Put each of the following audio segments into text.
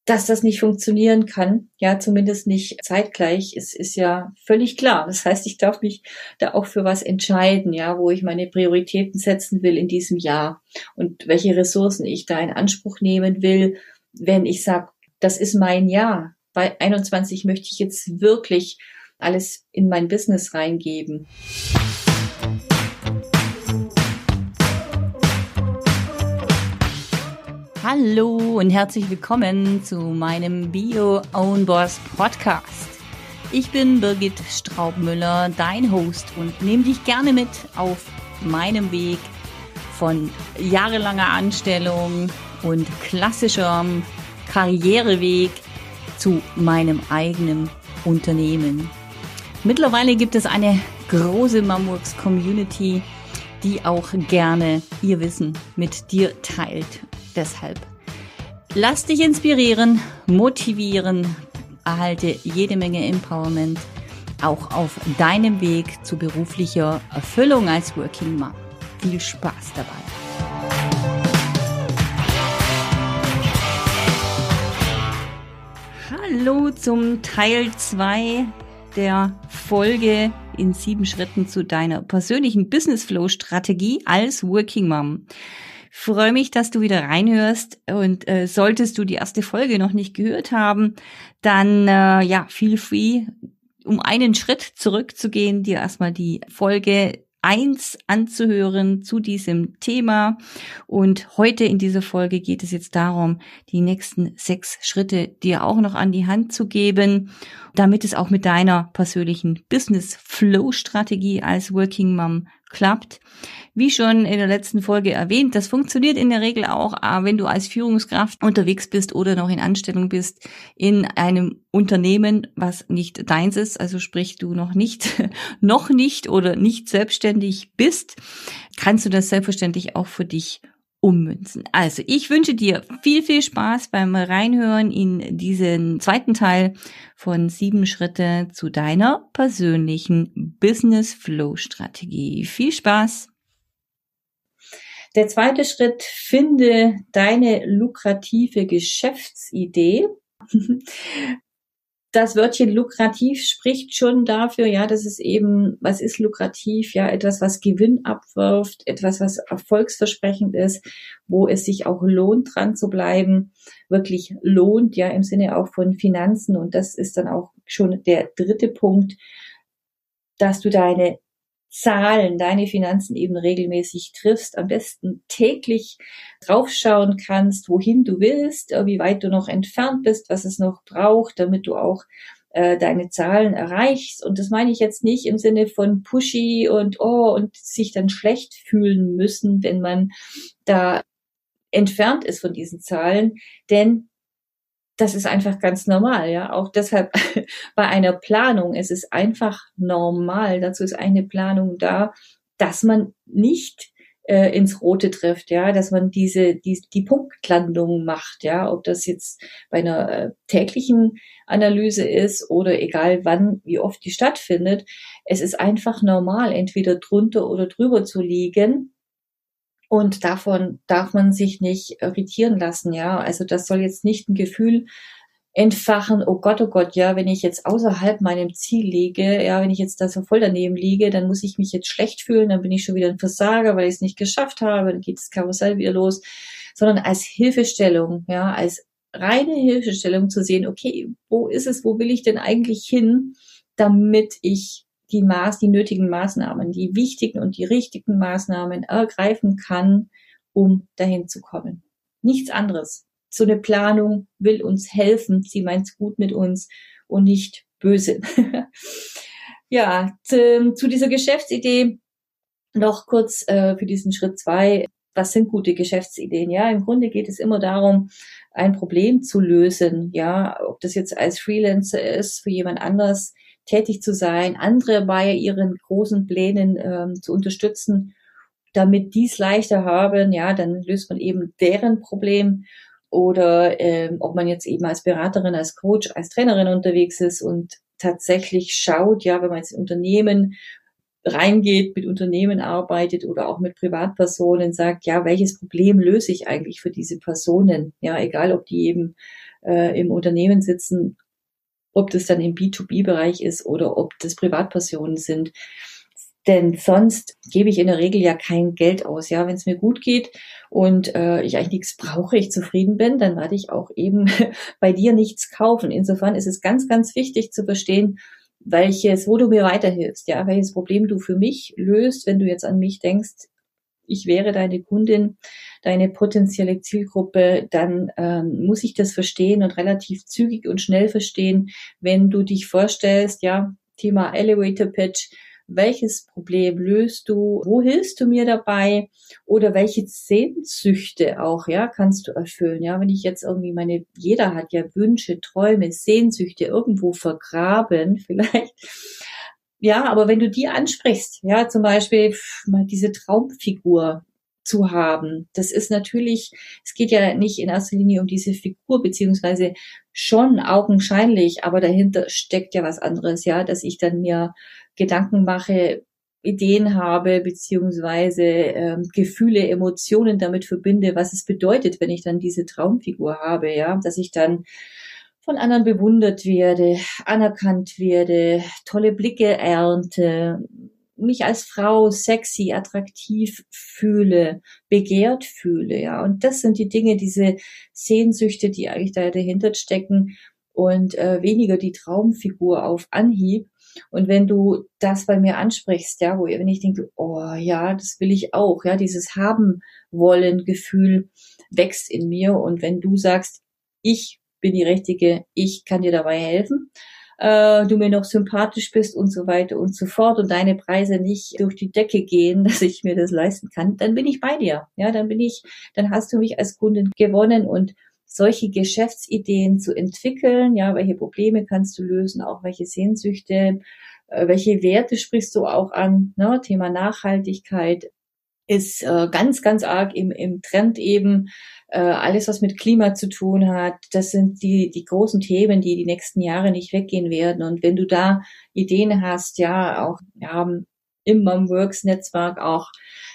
dass das nicht funktionieren kann, ja, zumindest nicht zeitgleich, ist ja völlig klar. Das heißt, ich darf mich da auch für was entscheiden, ja, wo ich meine Prioritäten setzen will in diesem Jahr und welche Ressourcen ich da in Anspruch nehmen will, wenn ich sage, das ist mein Jahr. Bei 21 möchte ich jetzt wirklich alles in mein Business reingeben. Hallo und herzlich willkommen zu meinem Be Your Own Boss Podcast. Ich bin Birgit Straubmüller, dein Host, und nehme dich gerne mit auf meinem Weg von jahrelanger Anstellung und klassischem Karriereweg zu meinem eigenen Unternehmen. Mittlerweile gibt es eine große Mamworks-Community, die auch gerne ihr Wissen mit dir teilt. Deshalb lass dich inspirieren, motivieren, erhalte jede Menge Empowerment, auch auf deinem Weg zu beruflicher Erfüllung als Working Mom. Viel Spaß dabei! Hallo zum Teil 2 der Folge in 7 Schritten zu deiner persönlichen Business Flow Strategie als Working Mom. Freue mich, dass du wieder reinhörst, und solltest du die erste Folge noch nicht gehört haben, dann feel free, um einen Schritt zurückzugehen, dir erstmal die Folge 1 anzuhören zu diesem Thema. Und heute in dieser Folge geht es jetzt darum, die nächsten 6 Schritte dir auch noch an die Hand zu geben, damit es auch mit deiner persönlichen Business Flow Strategie als Working Mom klappt. Wie schon in der letzten Folge erwähnt, das funktioniert in der Regel auch, wenn du als Führungskraft unterwegs bist oder noch in Anstellung bist in einem Unternehmen, was nicht deins ist, also sprich du noch nicht oder nicht selbstständig bist, kannst du das selbstverständlich auch für dich ummünzen. Also ich wünsche dir viel, viel Spaß beim Reinhören in diesen zweiten Teil von 7 Schritte zu deiner persönlichen Business Flow Strategie. Viel Spaß! Der zweite Schritt: finde deine lukrative Geschäftsidee. Das Wörtchen lukrativ spricht schon dafür, ja, dass es eben, was ist lukrativ? Ja, etwas, was Gewinn abwirft, etwas, was erfolgsversprechend ist, wo es sich auch lohnt, dran zu bleiben, wirklich lohnt, ja, im Sinne auch von Finanzen. Und das ist dann auch schon der dritte Punkt, dass du deine Zahlen, deine Finanzen eben regelmäßig triffst, am besten täglich draufschauen kannst, wohin du willst, wie weit du noch entfernt bist, was es noch braucht, damit du auch deine Zahlen erreichst. Und das meine ich jetzt nicht im Sinne von pushy und sich dann schlecht fühlen müssen, wenn man da entfernt ist von diesen Zahlen, denn das ist einfach ganz normal, ja. Auch deshalb bei einer Planung, es ist einfach normal, dazu ist eine Planung da, dass man nicht ins Rote trifft, ja, dass man die Punktlandung macht, ja, ob das jetzt bei einer täglichen Analyse ist oder egal wann, wie oft die stattfindet. Es ist einfach normal, entweder drunter oder drüber zu liegen. Und davon darf man sich nicht irritieren lassen, ja. Also das soll jetzt nicht ein Gefühl entfachen, oh Gott, ja, wenn ich jetzt außerhalb meinem Ziel liege, ja, wenn ich jetzt da so voll daneben liege, dann muss ich mich jetzt schlecht fühlen, dann bin ich schon wieder ein Versager, weil ich es nicht geschafft habe, dann geht das Karussell wieder los. Sondern als Hilfestellung, ja, als reine Hilfestellung zu sehen, okay, wo ist es, wo will ich denn eigentlich hin, damit ich die nötigen Maßnahmen, die wichtigen und die richtigen Maßnahmen ergreifen kann, um dahin zu kommen. Nichts anderes. So eine Planung will uns helfen. Sie meint's gut mit uns und nicht böse. Ja, zu dieser Geschäftsidee noch kurz für diesen Schritt 2. Was sind gute Geschäftsideen? Ja, im Grunde geht es immer darum, ein Problem zu lösen. Ja, ob das jetzt als Freelancer ist, für jemand anders tätig zu sein, andere bei ihren großen Plänen zu unterstützen, damit die es leichter haben, ja, dann löst man eben deren Problem. Oder ob man jetzt eben als Beraterin, als Coach, als Trainerin unterwegs ist und tatsächlich schaut, ja, wenn man jetzt Unternehmen reingeht, mit Unternehmen arbeitet oder auch mit Privatpersonen, sagt, ja, welches Problem löse ich eigentlich für diese Personen? Ja, egal, ob die eben im Unternehmen sitzen, ob das dann im B2B-Bereich ist oder ob das Privatpersonen sind. Denn sonst gebe ich in der Regel ja kein Geld aus. Ja, wenn es mir gut geht und ich eigentlich nichts brauche, ich zufrieden bin, dann werde ich auch eben bei dir nichts kaufen. Insofern ist es ganz, ganz wichtig zu verstehen, wo du mir weiterhilfst, ja, welches Problem du für mich löst, wenn du jetzt an mich denkst, ich wäre deine Kundin, deine potenzielle Zielgruppe, dann muss ich das verstehen und relativ zügig und schnell verstehen, wenn du dich vorstellst, ja, Thema Elevator Pitch, welches Problem löst du, wo hilfst du mir dabei oder welche Sehnsüchte auch, ja, kannst du erfüllen, ja, wenn ich jetzt irgendwie jeder hat ja Wünsche, Träume, Sehnsüchte irgendwo vergraben vielleicht, ja, aber wenn du die ansprichst, ja, zum Beispiel mal diese Traumfigur zu haben, das ist natürlich, es geht ja nicht in erster Linie um diese Figur, beziehungsweise schon augenscheinlich, aber dahinter steckt ja was anderes, ja, dass ich dann mir Gedanken mache, Ideen habe, beziehungsweise Gefühle, Emotionen damit verbinde, was es bedeutet, wenn ich dann diese Traumfigur habe, ja, dass ich dann von anderen bewundert werde, anerkannt werde, tolle Blicke ernte, mich als Frau sexy, attraktiv fühle, begehrt fühle, ja. Und das sind die Dinge, diese Sehnsüchte, die eigentlich da dahinter stecken und weniger die Traumfigur auf Anhieb. Und wenn du das bei mir ansprichst, ja, wenn ich denke, oh ja, das will ich auch, ja, dieses haben wollen Gefühl wächst in mir. Und wenn du sagst, ich bin die Richtige, ich kann dir dabei helfen, du mir noch sympathisch bist und so weiter und so fort und deine Preise nicht durch die Decke gehen, dass ich mir das leisten kann, dann bin ich bei dir. Ja, dann hast du mich als Kundin gewonnen und solche Geschäftsideen zu entwickeln, ja, welche Probleme kannst du lösen, auch welche Sehnsüchte, welche Werte sprichst du auch an, ne? Thema Nachhaltigkeit ist ganz, ganz arg im Trend eben. Alles, was mit Klima zu tun hat, das sind die großen Themen, die nächsten Jahre nicht weggehen werden. Und wenn du da Ideen hast, ja, auch wir haben im Momworks-Netzwerk auch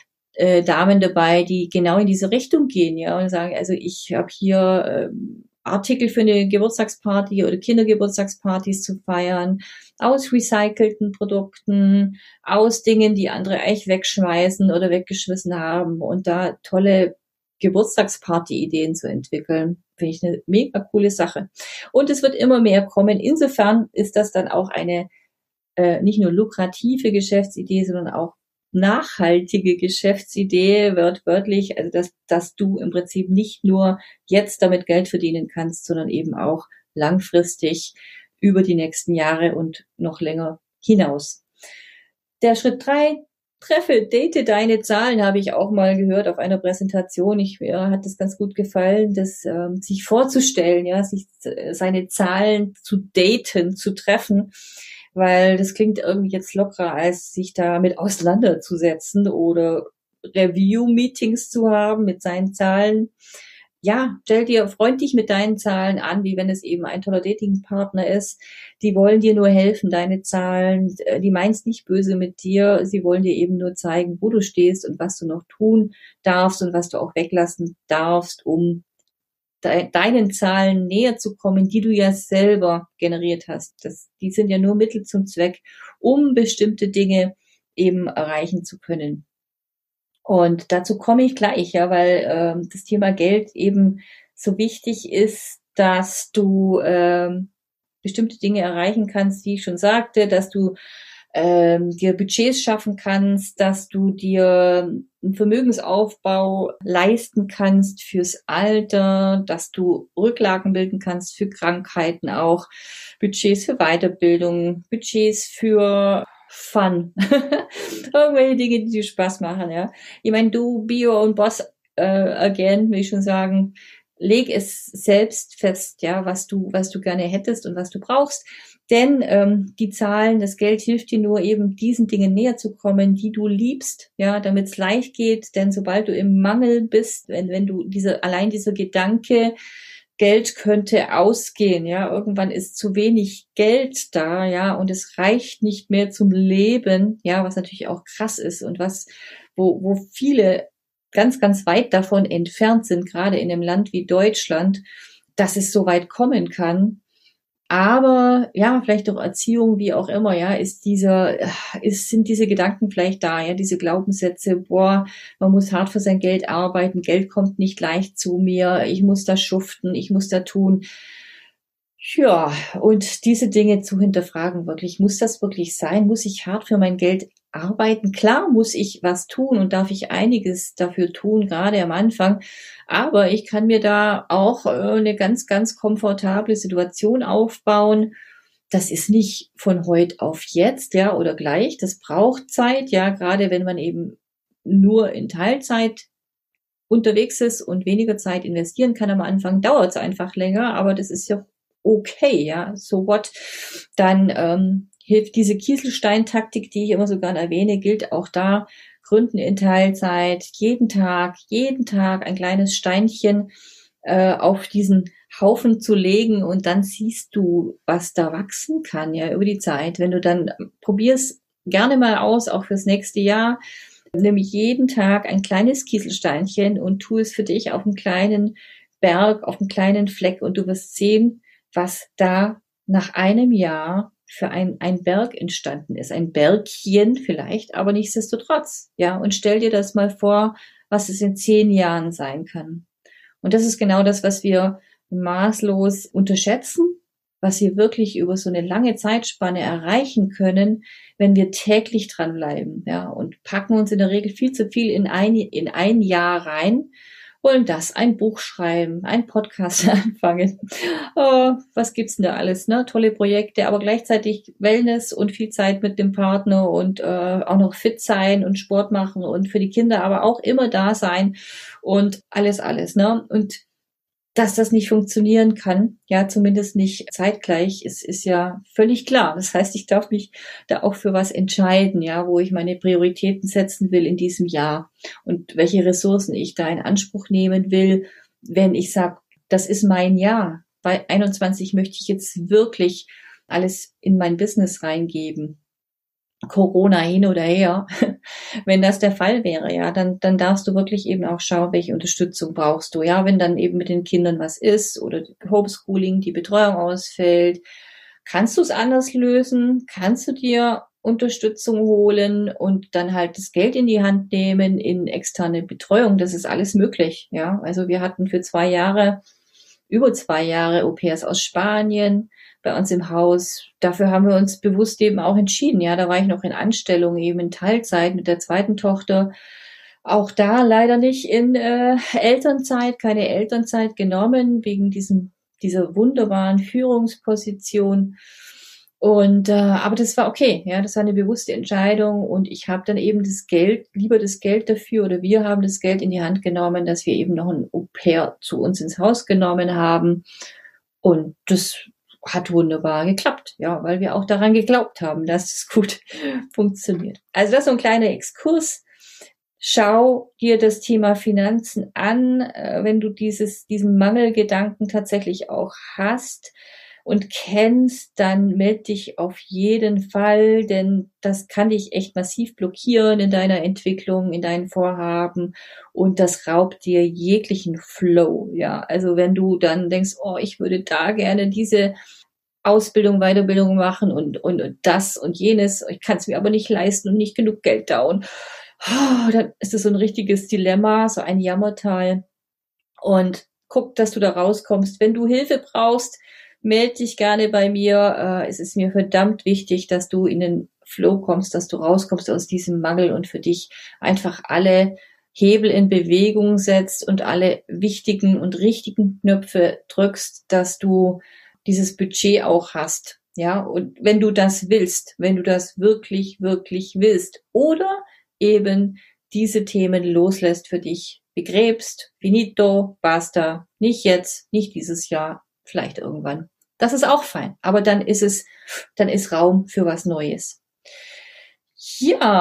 Damen dabei, die genau in diese Richtung gehen, ja, und sagen, also ich habe hier Artikel für eine Geburtstagsparty oder Kindergeburtstagspartys zu feiern, aus recycelten Produkten, aus Dingen, die andere eigentlich wegschmeißen oder weggeschmissen haben und da tolle Geburtstagsparty-Ideen zu entwickeln. Finde ich eine mega coole Sache. Und es wird immer mehr kommen. Insofern ist das dann auch eine nicht nur lukrative Geschäftsidee, sondern auch nachhaltige Geschäftsidee, wörtlich, also dass du im Prinzip nicht nur jetzt damit Geld verdienen kannst, sondern eben auch langfristig über die nächsten Jahre und noch länger hinaus. Der Schritt 3, date deine Zahlen, habe ich auch mal gehört auf einer Präsentation. Mir hat das ganz gut gefallen, das sich vorzustellen, ja, seine Zahlen zu daten, zu treffen, weil das klingt irgendwie jetzt lockerer, als sich damit auseinanderzusetzen oder Review-Meetings zu haben mit seinen Zahlen. Ja, freund dich mit deinen Zahlen an, wie wenn es eben ein toller Datingpartner ist. Die wollen dir nur helfen, deine Zahlen, die meinst nicht böse mit dir, sie wollen dir eben nur zeigen, wo du stehst und was du noch tun darfst und was du auch weglassen darfst, um deinen Zahlen näher zu kommen, die du ja selber generiert hast. Die sind ja nur Mittel zum Zweck, um bestimmte Dinge eben erreichen zu können. Und dazu komme ich gleich, ja, weil das Thema Geld eben so wichtig ist, dass du bestimmte Dinge erreichen kannst, die ich schon sagte, dass du dir Budgets schaffen kannst, dass du dir einen Vermögensaufbau leisten kannst fürs Alter, dass du Rücklagen bilden kannst für Krankheiten auch, Budgets für Weiterbildung, Budgets für Fun, irgendwelche Dinge, die dir Spaß machen, ja. Ich meine, du, be your own boss again, will ich schon sagen, leg es selbst fest, ja, was du gerne hättest und was du brauchst. Denn die Zahlen, das Geld hilft dir nur eben, diesen Dingen näher zu kommen, die du liebst, ja, damit es leicht geht. Denn sobald du im Mangel bist, wenn du dieser Gedanke, Geld könnte ausgehen, ja, irgendwann ist zu wenig Geld da, ja, und es reicht nicht mehr zum Leben, ja, was natürlich auch krass ist und wo viele ganz, ganz weit davon entfernt sind, gerade in einem Land wie Deutschland, dass es so weit kommen kann. Aber ja, vielleicht durch Erziehung, wie auch immer, ja, sind diese Gedanken vielleicht da, ja, diese Glaubenssätze, boah, man muss hart für sein Geld arbeiten, Geld kommt nicht leicht zu mir, ich muss da schuften, ich muss da tun. Ja, und diese Dinge zu hinterfragen wirklich, muss das wirklich sein? Muss ich hart für mein Geld arbeiten? Klar muss ich was tun und darf ich einiges dafür tun, gerade am Anfang. Aber ich kann mir da auch eine ganz, ganz komfortable Situation aufbauen. Das ist nicht von heute auf jetzt, ja, oder gleich. Das braucht Zeit, ja, gerade wenn man eben nur in Teilzeit unterwegs ist und weniger Zeit investieren kann am Anfang, dauert es einfach länger, aber das ist ja okay, ja, so what, dann hilft diese Kieselstein-Taktik, die ich immer so gerne erwähne, gilt auch da, Gründen in Teilzeit, jeden Tag ein kleines Steinchen auf diesen Haufen zu legen und dann siehst du, was da wachsen kann, ja, über die Zeit. Wenn du dann probierst gerne mal aus, auch fürs nächste Jahr, nimm jeden Tag ein kleines Kieselsteinchen und tu es für dich auf einem kleinen Berg, auf einem kleinen Fleck und du wirst sehen, was da nach einem Jahr für ein Berg entstanden ist. Ein Bergchen vielleicht, aber nichtsdestotrotz. Ja, und stell dir das mal vor, was es in 10 Jahren sein kann. Und das ist genau das, was wir maßlos unterschätzen, was wir wirklich über so eine lange Zeitspanne erreichen können, wenn wir täglich dranbleiben. Ja, und packen uns in der Regel viel zu viel in ein Jahr rein, wollen das, ein Buch schreiben, ein Podcast anfangen. Oh, was gibt's denn da alles, ne? Tolle Projekte, aber gleichzeitig Wellness und viel Zeit mit dem Partner und auch noch fit sein und Sport machen und für die Kinder aber auch immer da sein und alles, ne? Und dass das nicht funktionieren kann, ja, zumindest nicht zeitgleich, ist ja völlig klar. Das heißt, ich darf mich da auch für was entscheiden, ja, wo ich meine Prioritäten setzen will in diesem Jahr und welche Ressourcen ich da in Anspruch nehmen will, wenn ich sage, das ist mein Jahr. Bei 21 möchte ich jetzt wirklich alles in mein Business reingeben. Corona hin oder her, wenn das der Fall wäre, ja, dann darfst du wirklich eben auch schauen, welche Unterstützung brauchst du, ja, wenn dann eben mit den Kindern was ist oder Homeschooling, die Betreuung ausfällt, kannst du es anders lösen, kannst du dir Unterstützung holen und dann halt das Geld in die Hand nehmen in externe Betreuung, das ist alles möglich, ja, also wir hatten für über 2 Jahre Au-pairs aus Spanien bei uns im Haus. Dafür haben wir uns bewusst eben auch entschieden. Ja, da war ich noch in Anstellung, eben in Teilzeit mit der zweiten Tochter. Auch da leider nicht in Elternzeit, keine Elternzeit genommen, wegen dieser wunderbaren Führungsposition. Und aber das war okay, ja, das war eine bewusste Entscheidung und ich habe dann eben lieber das Geld dafür oder wir haben das Geld in die Hand genommen, dass wir eben noch ein Au-pair zu uns ins Haus genommen haben und das hat wunderbar geklappt, ja, weil wir auch daran geglaubt haben, dass es gut funktioniert. Also das ist so ein kleiner Exkurs. Schau dir das Thema Finanzen an, wenn du diesen Mangelgedanken tatsächlich auch hast und kennst, dann melde dich auf jeden Fall, denn das kann dich echt massiv blockieren in deiner Entwicklung, in deinen Vorhaben und das raubt dir jeglichen Flow, ja. Also wenn du dann denkst, oh, ich würde da gerne diese Ausbildung, Weiterbildung machen und das und jenes, ich kann es mir aber nicht leisten und nicht genug Geld da und dann ist es so ein richtiges Dilemma, so ein Jammertal und guck, dass du da rauskommst. Wenn du Hilfe brauchst, melde dich gerne bei mir. Es ist mir verdammt wichtig, dass du in den Flow kommst, dass du rauskommst aus diesem Mangel und für dich einfach alle Hebel in Bewegung setzt und alle wichtigen und richtigen Knöpfe drückst, dass du dieses Budget auch hast. Ja, und wenn du das willst, wenn du das wirklich, wirklich willst oder eben diese Themen loslässt für dich, begräbst, finito, basta, nicht jetzt, nicht dieses Jahr, vielleicht irgendwann. Das ist auch fein, aber dann ist Raum für was Neues. Ja,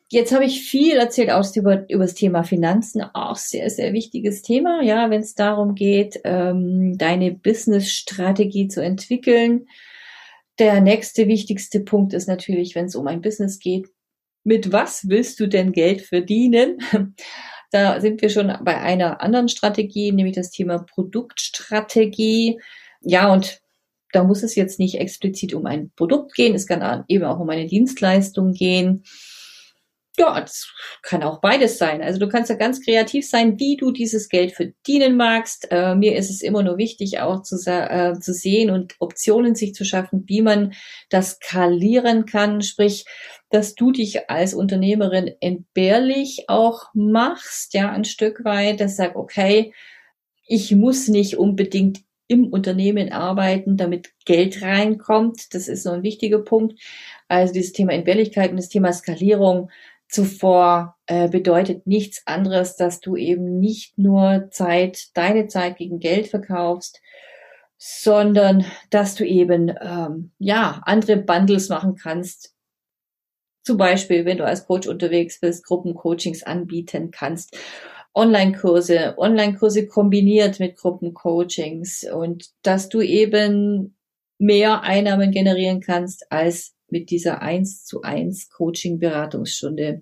Jetzt habe ich viel erzählt auch über das Thema Finanzen, auch sehr, sehr wichtiges Thema, ja, wenn es darum geht, deine Business-Strategie zu entwickeln. Der nächste wichtigste Punkt ist natürlich, wenn es um ein Business geht, mit was willst du denn Geld verdienen? Da sind wir schon bei einer anderen Strategie, nämlich das Thema Produktstrategie. Ja, und da muss es jetzt nicht explizit um ein Produkt gehen, es kann eben auch um eine Dienstleistung gehen. Ja, das kann auch beides sein. Also du kannst ja ganz kreativ sein, wie du dieses Geld verdienen magst. Mir ist es immer nur wichtig, auch zu sehen und Optionen sich zu schaffen, wie man das skalieren kann. Sprich, dass du dich als Unternehmerin entbehrlich auch machst, ja, ein Stück weit, dass sag, okay, ich muss nicht unbedingt im Unternehmen arbeiten, damit Geld reinkommt. Das ist so ein wichtiger Punkt. Also dieses Thema Entbehrlichkeit und das Thema Skalierung zuvor bedeutet nichts anderes, dass du eben nicht nur deine Zeit gegen Geld verkaufst, sondern dass du eben andere Bundles machen kannst. Zum Beispiel, wenn du als Coach unterwegs bist, Gruppencoachings anbieten kannst, Online-Kurse kombiniert mit Gruppencoachings und dass du eben mehr Einnahmen generieren kannst als mit dieser 1:1 Coaching-Beratungsstunde.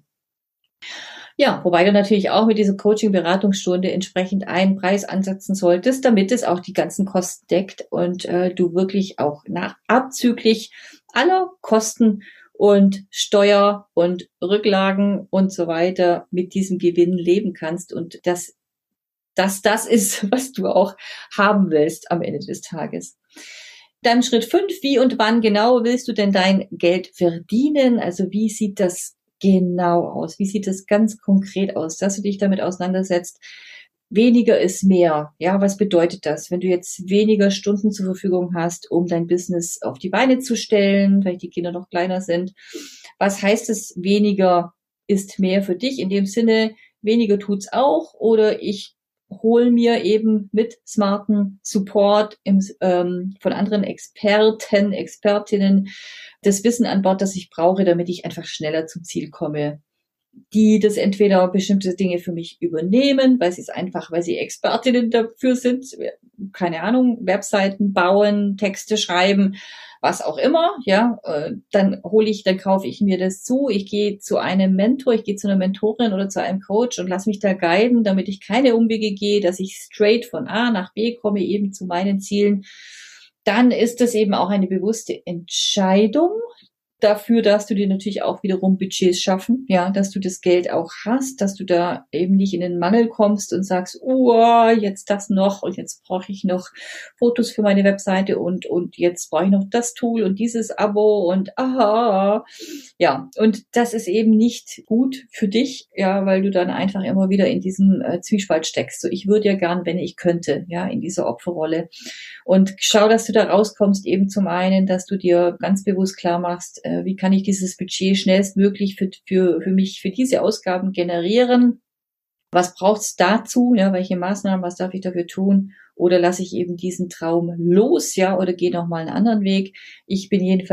Ja, wobei du natürlich auch mit dieser Coaching-Beratungsstunde entsprechend einen Preis ansetzen solltest, damit es auch die ganzen Kosten deckt und du wirklich auch abzüglich aller Kosten und Steuer und Rücklagen und so weiter mit diesem Gewinn leben kannst und dass das ist, was du auch haben willst am Ende des Tages. Dann Schritt 5, wie und wann genau willst du denn dein Geld verdienen? Also wie sieht das genau aus? Wie sieht das ganz konkret aus, dass du dich damit auseinandersetzt? Weniger ist mehr. Ja, was bedeutet das? Wenn du jetzt weniger Stunden zur Verfügung hast, um dein Business auf die Beine zu stellen, weil die Kinder noch kleiner sind. Was heißt es, weniger ist mehr für dich? In dem Sinne, weniger tut's auch oder ich hol mir eben mit smarten Support von anderen Expertinnen das Wissen an Bord, das ich brauche, damit ich einfach schneller zum Ziel komme. Die das entweder bestimmte Dinge für mich übernehmen, weil sie Expertinnen dafür sind, keine Ahnung, Webseiten bauen, Texte schreiben, was auch immer, ja, dann kaufe ich mir das zu, ich gehe zu einem Mentor, ich gehe zu einer Mentorin oder zu einem Coach und lass mich da guiden, damit ich keine Umwege gehe, dass ich straight von A nach B komme, eben zu meinen Zielen. Dann ist das eben auch eine bewusste Entscheidung. Dafür darfst du dir natürlich auch wiederum Budgets schaffen, ja, dass du das Geld auch hast, dass du da eben nicht in den Mangel kommst und sagst, jetzt das noch und jetzt brauche ich noch Fotos für meine Webseite und jetzt brauche ich noch das Tool und dieses Abo und ja, und das ist eben nicht gut für dich, ja, weil du dann einfach immer wieder in diesem Zwiespalt steckst. So, ich würde ja gern, wenn ich könnte, ja, in dieser Opferrolle. Und schau, dass du da rauskommst, eben zum einen, dass du dir ganz bewusst klar machst, wie kann ich dieses Budget schnellstmöglich für mich, für diese Ausgaben generieren? Was braucht's dazu? Ja, welche Maßnahmen, was darf ich dafür tun? Oder lasse ich eben diesen Traum los, ja, oder gehe noch mal einen anderen Weg? Ich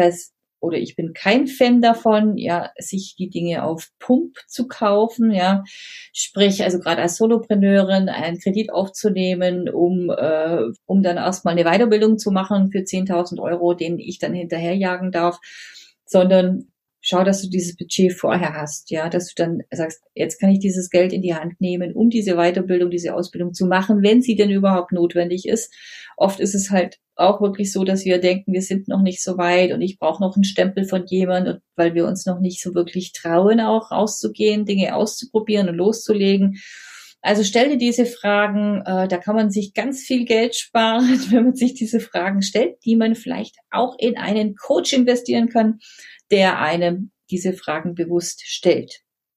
bin kein Fan davon, ja, sich die Dinge auf Pump zu kaufen, ja. Sprich, also gerade als Solopreneurin einen Kredit aufzunehmen, um dann erstmal eine Weiterbildung zu machen für 10.000 €, den ich dann hinterherjagen darf, sondern schau, dass du dieses Budget vorher hast, ja, dass du dann sagst, jetzt kann ich dieses Geld in die Hand nehmen, um diese Weiterbildung, diese Ausbildung zu machen, wenn sie denn überhaupt notwendig ist. Oft ist es halt auch wirklich so, dass wir denken, wir sind noch nicht so weit und ich brauche noch einen Stempel von jemandem, weil wir uns noch nicht so wirklich trauen, auch rauszugehen, Dinge auszuprobieren und loszulegen. Also stell dir diese Fragen, da kann man sich ganz viel Geld sparen, wenn man sich diese Fragen stellt, die man vielleicht auch in einen Coach investieren kann, der einem diese Fragen bewusst stellt.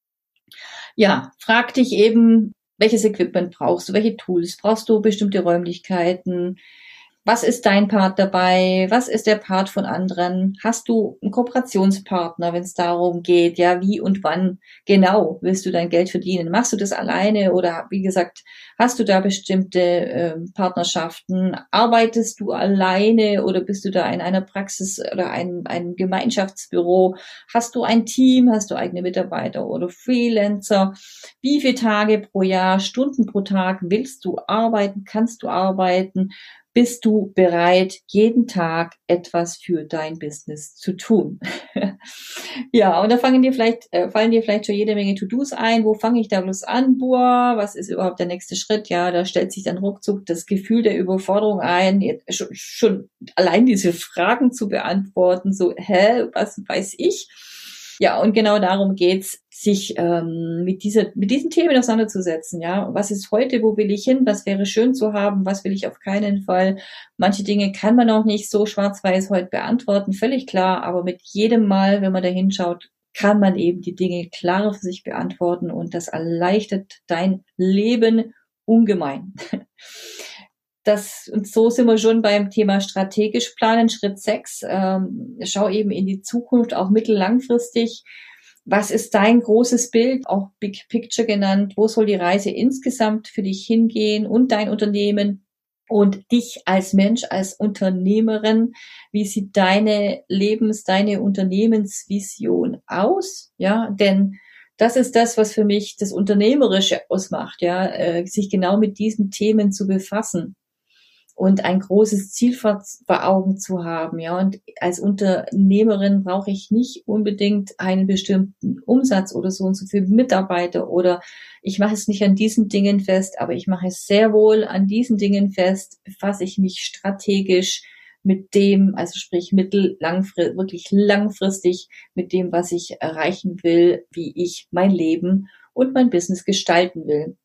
Ja, frag dich eben, welches Equipment brauchst du, welche Tools, brauchst du bestimmte Räumlichkeiten, Was ist dein Part dabei? Was ist der Part von anderen? Hast du einen Kooperationspartner, wenn es darum geht, ja, wie und wann genau willst du dein Geld verdienen? Machst du das alleine oder, wie gesagt, hast du da bestimmte Partnerschaften? Arbeitest du alleine oder bist du da in einer Praxis oder ein Gemeinschaftsbüro? Hast du ein Team? Hast du eigene Mitarbeiter oder Freelancer? Wie viele Tage pro Jahr, Stunden pro Tag willst du arbeiten? Kannst du arbeiten? Bist du bereit, jeden Tag etwas für dein Business zu tun? Ja, und da fallen dir vielleicht schon jede Menge To-Dos ein. Wo fange ich da bloß an? Boah, was ist überhaupt der nächste Schritt? Ja, da stellt sich dann ruckzuck das Gefühl der Überforderung ein, schon allein diese Fragen zu beantworten. So, was weiß ich? Ja, und genau darum geht's, sich mit diesen Themen auseinanderzusetzen. Ja, was ist heute, wo will ich hin, was wäre schön zu haben, was will ich auf keinen Fall. Manche Dinge kann man auch nicht so schwarz-weiß heute beantworten, völlig klar, aber mit jedem Mal, wenn man da hinschaut, kann man eben die Dinge klarer für sich beantworten und das erleichtert dein Leben ungemein. Und so sind wir schon beim Thema strategisch planen, Schritt 6. Schau eben in die Zukunft, auch mittellangfristig. Was ist dein großes Bild, auch Big Picture genannt? Wo soll die Reise insgesamt für dich hingehen und dein Unternehmen und dich als Mensch, als Unternehmerin? Wie sieht deine Unternehmensvision aus? Ja, denn das ist das, was für mich das Unternehmerische ausmacht, ja, sich genau mit diesen Themen zu befassen und ein großes Ziel vor Augen zu haben, ja. Und als Unternehmerin brauche ich nicht unbedingt einen bestimmten Umsatz oder so und so viele Mitarbeiter oder ich mache es nicht an diesen Dingen fest, aber ich mache es sehr wohl an diesen Dingen fest, befasse ich mich strategisch mit dem, also sprich wirklich langfristig mit dem, was ich erreichen will, wie ich mein Leben und mein Business gestalten will.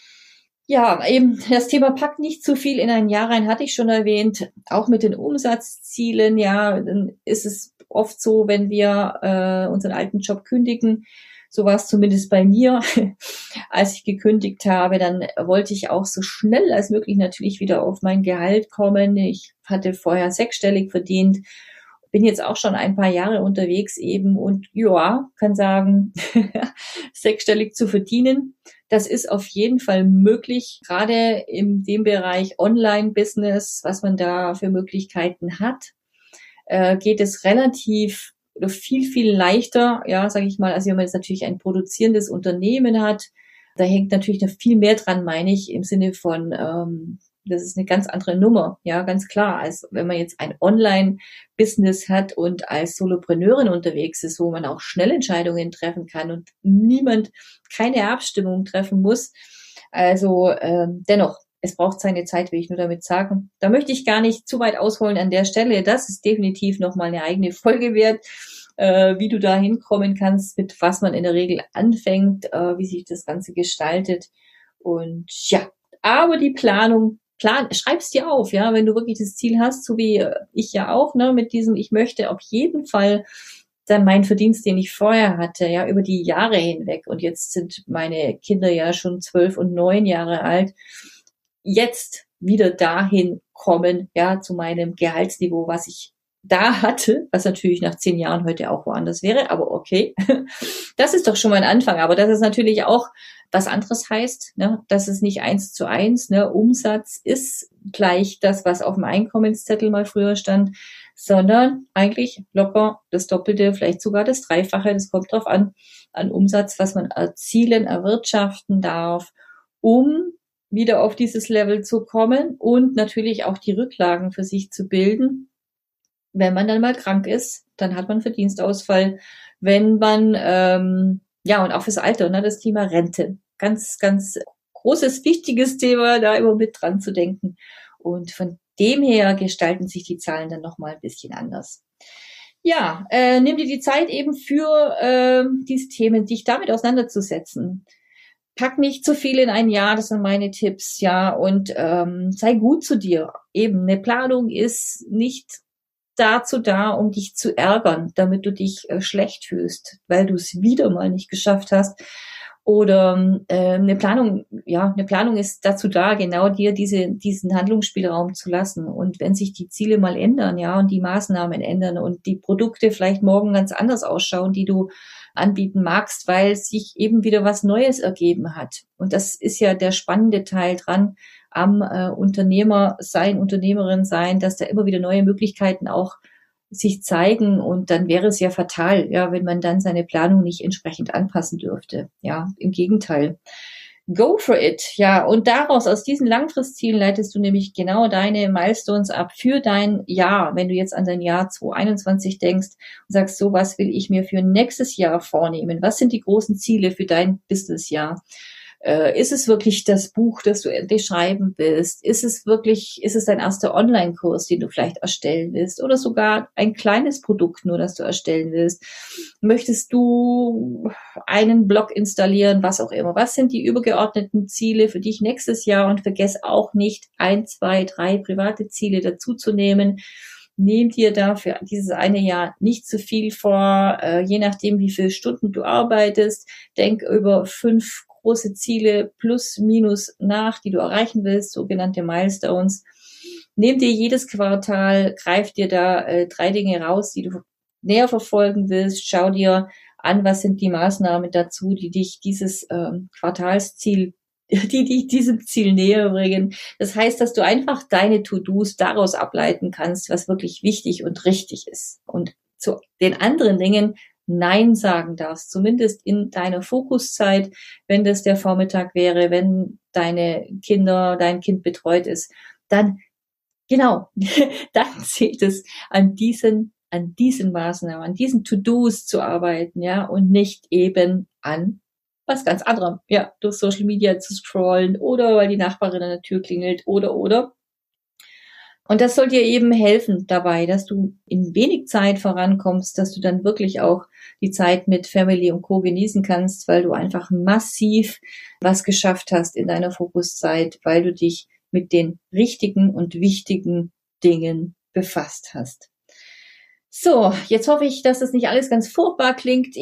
Ja, eben das Thema packt nicht zu viel in ein Jahr rein, hatte ich schon erwähnt. Auch mit den Umsatzzielen, ja, dann ist es oft so, wenn wir unseren alten Job kündigen, so war es zumindest bei mir, als ich gekündigt habe, dann wollte ich auch so schnell als möglich natürlich wieder auf mein Gehalt kommen. Ich hatte vorher 6-stellig verdient, bin jetzt auch schon ein paar Jahre unterwegs eben und ja, kann sagen, 6-stellig zu verdienen. Das ist auf jeden Fall möglich, gerade in dem Bereich Online-Business, was man da für Möglichkeiten hat, geht es relativ oder viel leichter, ja, sage ich mal, als wenn man jetzt natürlich ein produzierendes Unternehmen hat. Da hängt natürlich noch viel mehr dran, meine ich, im Sinne von, das ist eine ganz andere Nummer, ja, ganz klar, als wenn man jetzt ein Online-Business hat und als Solopreneurin unterwegs ist, wo man auch schnell Entscheidungen treffen kann und keine Abstimmung treffen muss. Also dennoch, es braucht seine Zeit, will ich nur damit sagen. Da möchte ich gar nicht zu weit ausholen an der Stelle. Das ist definitiv nochmal eine eigene Folge wert, wie du da hinkommen kannst, mit was man in der Regel anfängt, wie sich das Ganze gestaltet. Und ja, aber die schreib's dir auf, ja, wenn du wirklich das Ziel hast, so wie ich ja auch, ne, mit diesem, ich möchte auf jeden Fall dann meinen Verdienst, den ich vorher hatte, ja, über die Jahre hinweg. Und jetzt sind meine Kinder ja schon 12 und 9 Jahre alt. Jetzt wieder dahin kommen, ja, zu meinem Gehaltsniveau, was ich da hatte, was natürlich nach 10 Jahren heute auch woanders wäre, aber okay. Das ist doch schon mal ein Anfang, aber das ist natürlich auch was anderes heißt, ne, dass es nicht 1:1, ne, Umsatz ist gleich das, was auf dem Einkommenszettel mal früher stand, sondern eigentlich locker das Doppelte, vielleicht sogar das Dreifache, das kommt drauf an Umsatz, was man erwirtschaften darf, um wieder auf dieses Level zu kommen und natürlich auch die Rücklagen für sich zu bilden. Wenn man dann mal krank ist, dann hat man Verdienstausfall. Wenn man, und auch fürs Alter, ne, das Thema Rente. Ganz, ganz großes, wichtiges Thema, da immer mit dran zu denken. Und von dem her gestalten sich die Zahlen dann nochmal ein bisschen anders. Ja, nimm dir die Zeit eben für diese Themen, dich damit auseinanderzusetzen. Pack nicht zu viel in ein Jahr, das sind meine Tipps, ja, und sei gut zu dir. Eben, eine Planung ist nicht dazu da, um dich zu ärgern, damit du dich schlecht fühlst, weil du es wieder mal nicht geschafft hast. Oder eine Planung ist dazu da, genau dir diesen Handlungsspielraum zu lassen. Und wenn sich die Ziele mal ändern, ja, und die Maßnahmen ändern und die Produkte vielleicht morgen ganz anders ausschauen, die du anbieten magst, weil sich eben wieder was Neues ergeben hat. Und das ist ja der spannende Teil dran am Unternehmer sein, Unternehmerin sein, dass da immer wieder neue Möglichkeiten auch sich zeigen, und dann wäre es ja fatal, ja, wenn man dann seine Planung nicht entsprechend anpassen dürfte. Ja, im Gegenteil. Go for it. Ja, und daraus, aus diesen Langfristzielen, leitest du nämlich genau deine Milestones ab für dein Jahr. Wenn du jetzt an dein Jahr 2021 denkst und sagst, so, was will ich mir für nächstes Jahr vornehmen? Was sind die großen Ziele für dein Businessjahr? Ist es wirklich das Buch, das du endlich schreiben willst? Ist es dein erster Online-Kurs, den du vielleicht erstellen willst? Oder sogar ein kleines Produkt nur, das du erstellen willst? Möchtest du einen Blog installieren, was auch immer? Was sind die übergeordneten Ziele für dich nächstes Jahr? Und vergiss auch nicht, 1, 2, 3 private Ziele dazuzunehmen. Nehm dir dafür dieses eine Jahr nicht zu viel vor, je nachdem, wie viele Stunden du arbeitest. Denk über 5 große Ziele plus, minus nach, die du erreichen willst, sogenannte Milestones. Nimm dir jedes Quartal, greif dir da 3 Dinge raus, die du näher verfolgen willst. Schau dir an, was sind die Maßnahmen dazu, die dich dieses Quartalsziel, die dich diesem Ziel näher bringen. Das heißt, dass du einfach deine To-Dos daraus ableiten kannst, was wirklich wichtig und richtig ist. Und zu den anderen Dingen Nein sagen darfst, zumindest in deiner Fokuszeit, wenn das der Vormittag wäre, wenn dein Kind betreut ist, dann, genau, dann zählt es an diesen Maßnahmen, an diesen To-Dos zu arbeiten, ja, und nicht eben an was ganz anderem, ja, durch Social Media zu scrollen oder weil die Nachbarin an der Tür klingelt oder. Und das soll dir eben helfen dabei, dass du in wenig Zeit vorankommst, dass du dann wirklich auch die Zeit mit Family und Co. genießen kannst, weil du einfach massiv was geschafft hast in deiner Fokuszeit, weil du dich mit den richtigen und wichtigen Dingen befasst hast. So, jetzt hoffe ich, dass das nicht alles ganz furchtbar klingt.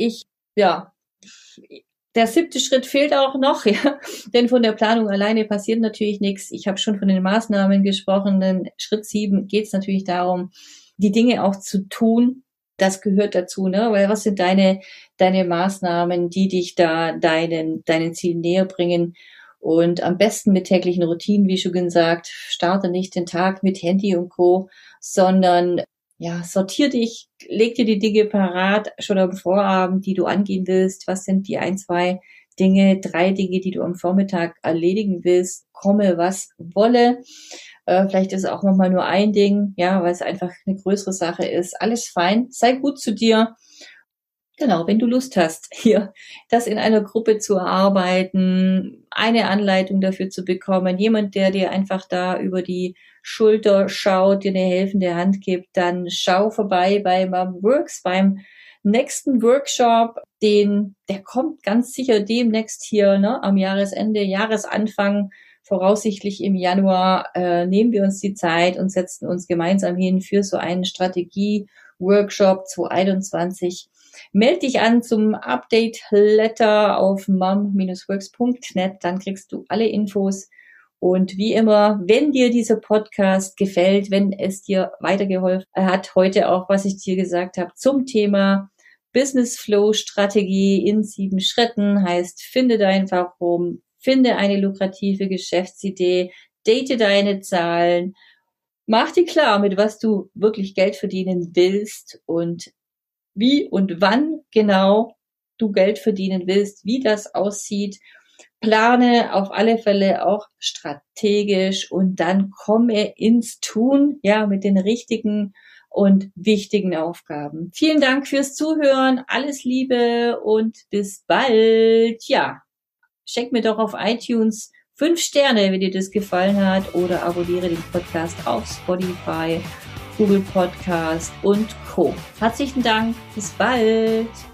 Der 7. Schritt fehlt auch noch, ja, denn von der Planung alleine passiert natürlich nichts. Ich habe schon von den Maßnahmen gesprochen, denn Schritt 7 geht es natürlich darum, die Dinge auch zu tun. Das gehört dazu, ne? Weil was sind deine Maßnahmen, die dich da deinen Zielen näher bringen? Und am besten mit täglichen Routinen, wie schon gesagt, starte nicht den Tag mit Handy und Co., sondern ja, sortier dich, leg dir die Dinge parat, schon am Vorabend, die du angehen willst. Was sind die 1, 2 Dinge, 3 Dinge, die du am Vormittag erledigen willst? Komme, was wolle. Vielleicht ist es auch nochmal nur ein Ding, ja, weil es einfach eine größere Sache ist. Alles fein, sei gut zu dir. Genau, wenn du Lust hast, hier das in einer Gruppe zu erarbeiten, eine Anleitung dafür zu bekommen, jemand, der dir einfach da über die Schulter schaut, dir eine helfende Hand gibt, dann schau vorbei bei MomWorks, beim nächsten Workshop, der kommt ganz sicher demnächst hier, ne, am Jahresende, Jahresanfang, voraussichtlich im Januar, nehmen wir uns die Zeit und setzen uns gemeinsam hin für so einen Strategie-Workshop 2021. Meld dich an zum Update-Letter auf mom-works.net, dann kriegst du alle Infos. Und wie immer, wenn dir dieser Podcast gefällt, wenn es dir weitergeholfen hat, heute auch, was ich dir gesagt habe, zum Thema Business Flow Strategie in 7 Schritten, heißt, finde dein Warum, finde eine lukrative Geschäftsidee, date deine Zahlen, mach dir klar, mit was du wirklich Geld verdienen willst und wie und wann genau du Geld verdienen willst, wie das aussieht. Plane auf alle Fälle auch strategisch und dann komme ins Tun, ja, mit den richtigen und wichtigen Aufgaben. Vielen Dank fürs Zuhören, alles Liebe und bis bald. Ja, schenk mir doch auf iTunes 5 Sterne, wenn dir das gefallen hat, oder abonniere den Podcast auf Spotify, Google Podcast und Co. Herzlichen Dank, bis bald.